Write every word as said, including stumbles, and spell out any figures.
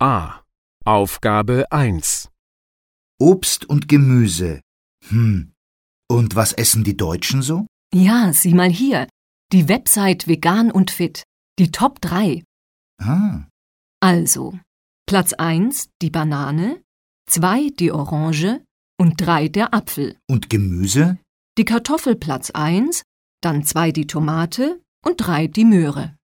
A. Aufgabe eins. Obst und Gemüse. Hm. Und was essen die Deutschen so? Ja, sieh mal hier. Die Website Vegan und Fit. Die Top drei. Ah. Also, Platz eins die Banane, zwei die Orange und drei der Apfel. Und Gemüse? Die Kartoffel Platz eins, dann zwei die Tomate und drei die Möhre.